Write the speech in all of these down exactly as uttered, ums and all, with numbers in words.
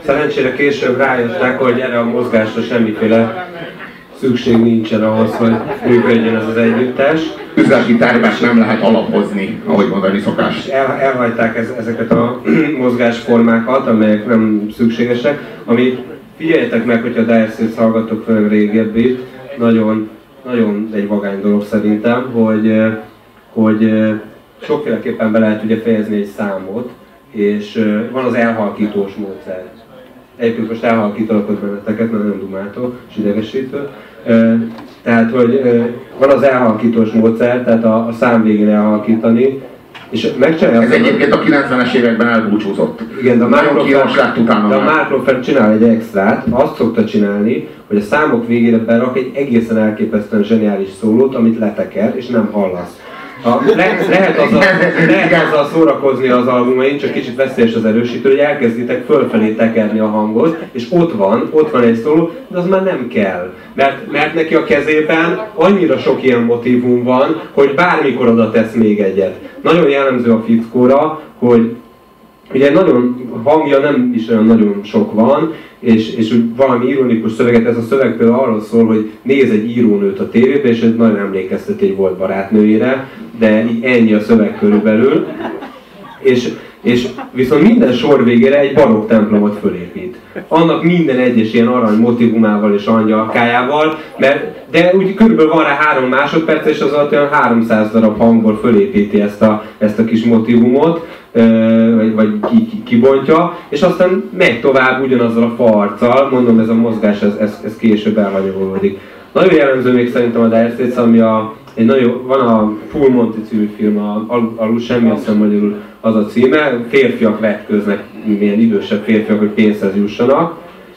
Szerencsére később rájöttek, hogy erre a mozgásra semmiféle szükség nincsen ahhoz, hogy működjön ez az együttes. Üzleti tervet nem lehet alapozni, ahogy mondani szokás. El, elhagyták ez, ezeket a mozgásformákat, amelyek nem szükségesek, ami figyeljetek meg, hogyha a Dire Straits hallgattok fel régebbit, nagyon, nagyon egy vagány dolog szerintem, hogy, hogy sokféleképpen be lehet ugye fejezni egy számot, és van az elhalkítós módszer. Egyébként most elhalkítalak ott benneteket, mert nagyon dumáltó és idegesítő. Tehát, hogy van az elhalkítós módszer, tehát a, a szám végén elhalkítani, és megcsinálja. Ez egyébként a kilencvenes években elbúcsúzott. Igen, de a Mark Knopfler Knopfler csinál egy extrát, azt szokta csinálni, hogy a számok végére berak egy egészen elképesztően zseniális szólót, amit leteker, és nem hallasz. Ha le, lehet, azzal, lehet azzal szórakozni az albumain, csak kicsit veszélyes az erősítő, hogy elkezditek fölfelé tekerni a hangot, és ott van, ott van egy szóló, de az már nem kell. Mert, mert neki a kezében annyira sok ilyen motívum van, hogy bármikor oda tesz még egyet. Nagyon jellemző a fickóra, hogy ugye nagyon hangja nem is olyan nagyon sok van, és, és valami ironikus szöveget, ez a szöveg például arról szól, hogy néz egy írónőt a tévébe, és ez nagyon emlékeztet egy volt barátnőjére, de így ennyi a szöveg körülbelül. És, és viszont minden sor végére egy barokk templomot fölépít. Annak minden egyes ilyen arany motivumával és angyalkájával, mert, de úgy körülbelül van rá három másodperc, és az alatt olyan háromszáz darab hangból fölépíti ezt a, ezt a kis motivumot, vagy, vagy ki, ki, kibontja, és aztán megy tovább ugyanazzal a farccal, mondom, ez a mozgás, ez, ez, ez később elhanyagolódik. Nagyon jellemző még szerintem a Dire Straits, ami a, egy nagyon, van a Full Monty című film, a, alul, alul semmi, azt hiszem magyarul az a címe, férfiak vetköznek, milyen idősebb férfiak, hogy pénzhez jussanak,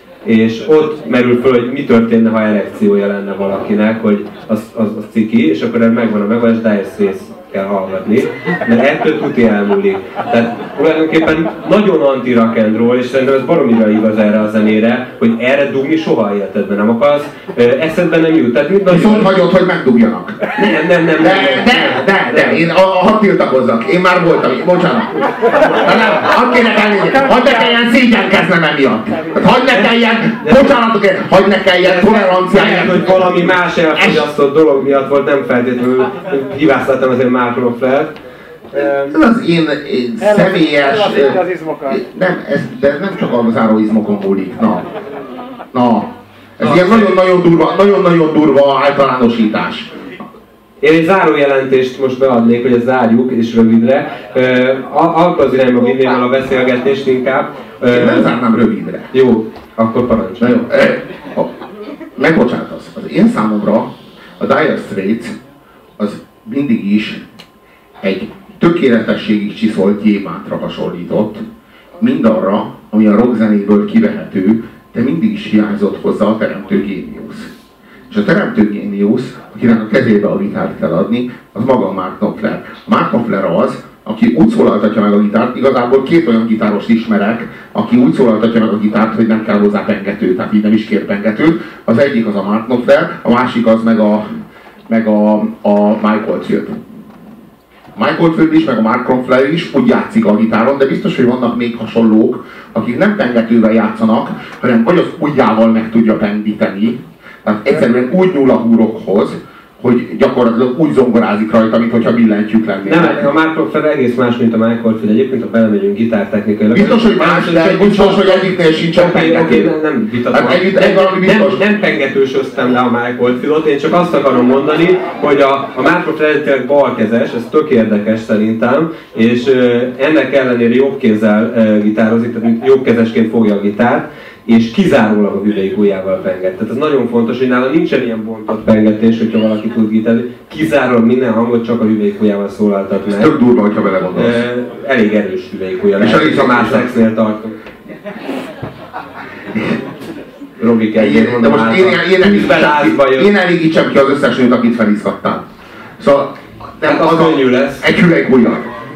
és ott merül föl, hogy mi történne, ha erekciója lenne valakinek, hogy az, az, az ciki, és akkor megvan a megoldás, Dire Straits kell hallgatni, mert ettől tuti elmúlik. Tehát tulajdonképpen nagyon anti-rock and roll, és szerintem ez baromira igaz erre a zenére, hogy erre dugni soha életedben nem akarsz, eszedben nem jut. Tehát nagyon... Viszont hagyod, hogy megdugjanak. Nem, nem, nem. De, de, de, de, én hadd tiltakozzak, én már voltam, bocsánat. De nem, hadd kérek elnézni, hadd ne kelljen szégyenkeznem emiatt. Hadd ne kelljen, bocsánatokért, hadd ne kelljen toleranciáját. Hogy valami más elfogyasztott dolog miatt volt, nem feltétlenül hibáztattam azért Mark Knopflert. Ez az én, én személyes... Nem, ez, de ez nem csak a záró izmokon múlik. Na. Na. Ez ilyen nagyon-nagyon durva, nagyon-nagyon durva általánosítás. Én egy zárójelentést most beadnék, hogy ezt zárjuk, és rövidre. Uh, Akkor az irányba vinném el a beszélgetést inkább. Uh, Én nem zárnám rövidre. Jó, akkor parancsolj. Jó. Uh, Megbocsátasz. Az én számomra a Dire Straits az mindig is egy tökéletességig csiszolt gyémántra hasonlított, mindarra, ami a rockzenéből kivehető, de mindig is hiányzott hozzá a teremtő géniusz. És a teremtő géniusz, akinek a kezébe a gitárt kell adni, az maga a Mark Knopfler. Mark Knopfler az, aki úgy szólaltatja meg a gitárt, igazából két olyan gitárost ismerek, aki úgy szólaltatja meg a gitárt, hogy nem kell hozzá pengető, tehát így nem is kér pengetőt. Az egyik az a Mark Knopfler, a másik az meg a, meg a, a Mike Oldfield. Mike Oldfield is, meg a Mark Knopfler is úgy játszik a gitáron, de biztos, hogy vannak még hasonlók, akik nem pengetővel játszanak, hanem vagy az ujjával meg tudja pendíteni. Tehát egyszerűen úgy nyúl a húrokhoz, hogy gyakorlatilag úgy zongorázik rajta, mintha billentyűk lennének. Nem, a Mark Knopfler egész más, mint a Mike Oldfield. Egyébként, ha belemegyünk gitártechnikailag... Biztos, hogy más, de biztos, hogy egyiknél sincsen pengető. Nem, nem vitatom. Hát együtt, egy valami biztos. Nem, nem pengetősöztem le a Mike Oldfieldot, én csak azt akarom mondani, hogy a, a Mark Knopfler eredetileg balkezes, ez tök érdekes szerintem, és uh, ennek ellenére jobb kézzel uh, gitározik, tehát jobbkezesként fogja a gitárt, és kizárólag a hüvelyk ujjával penget. Tehát ez nagyon fontos, hogy nála nincsen ilyen bontott pengetés, hogyha valaki tud gitározni. Kizárólag minden hangot csak a hüvelyk ujjával szólaltat meg. Ez tök durva, hogyha vele gondolsz. E, elég erős hüvelyk ujja lehet, és ha már szexnél tartunk. Robi kell mondom, de most én, én, én, én elégítsem ki az összes nőt, akit felizgattál. Szóval nem, hát az, az könnyű lesz. Egy hüvelyk ujjal.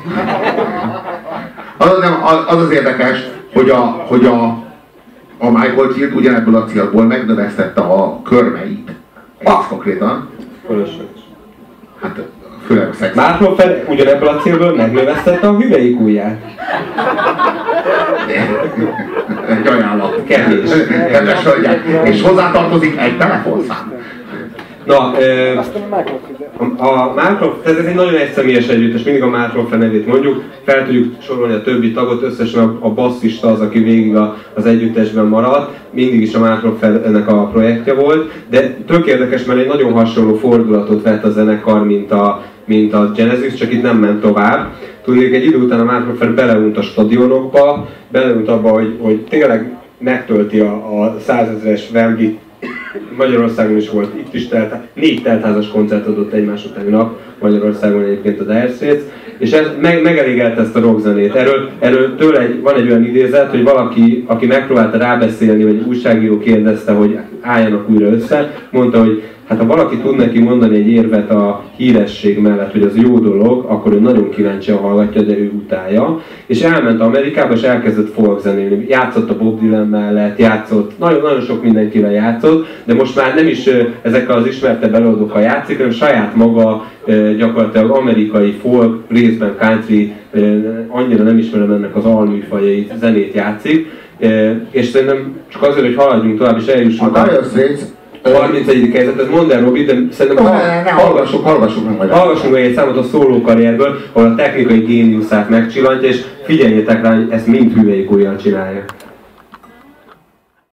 Az, nem, az az érdekes, hogy a, hogy a a Mike Oldfield ugyanebből a célból megnövesztette a körmeit. Egész konkrétan. Fölösleges. Hát főleg a szex. Mark Knopfler ugyanebből a célból megnövesztette a hüvelyk ujját. egy ajánlat. Kevés. Kedves hölgyek. És hozzátartozik egy telefonszám. Na, a, a Markloff, ez egy nagyon egyszemélyes együttes, mindig a Markloff nevét mondjuk, fel tudjuk sorolni a többi tagot, összesen a, a basszista az, aki végig a, az együttesben maradt, mindig is a Markloff ennek a projektje volt, de tök érdekes, mert egy nagyon hasonló fordulatot vett a zenekar, mint a, mint a Genesis, csak itt nem ment tovább. Tudnék, egy idő után a Markloff beleunt a stadionokba, beleunt abba, hogy, hogy tényleg megtölti a, a százezres Wembley. Magyarországon is volt, itt is telt, négy teltházas koncert adott egymás utáni nap Magyarországon egyébként a Dire Straits, és ez meg, megelégelte ezt a rockzenét. Erről, erről tőle egy, van egy olyan idézet, hogy valaki, aki megpróbálta rábeszélni, vagy egy újságíró kérdezte, hogy álljanak újra össze, mondta, hogy hát ha valaki tud neki mondani egy érvet a híresség mellett, hogy az jó dolog, akkor ő nagyon kíváncsian hallgatja, de ő utálja. És elment Amerikába, és elkezdett folk zenélni. Játszott a Bob Dylan mellett, játszott, nagyon, nagyon sok mindenkivel játszott, de most már nem is ezekkel az ismertebb előadókkal játszik, hanem saját maga gyakorlatilag amerikai folk, részben country, annyira nem ismerem ennek az alműfajait, zenét játszik. És szerintem csak azért, hogy haladjunk tovább, és eljussunk. A Dire Straits harmincegyedik helyzet, ez mondd el, Robi, de szerintem ne, ne, ne, hallgassuk, hallgassuk meg majd. Hallgassunk meg egy számot a szóló karrierből, ahol a technikai géniuszát megcsillantja, és figyeljétek rá, hogy ezt mind hüvelykújjal csinálja.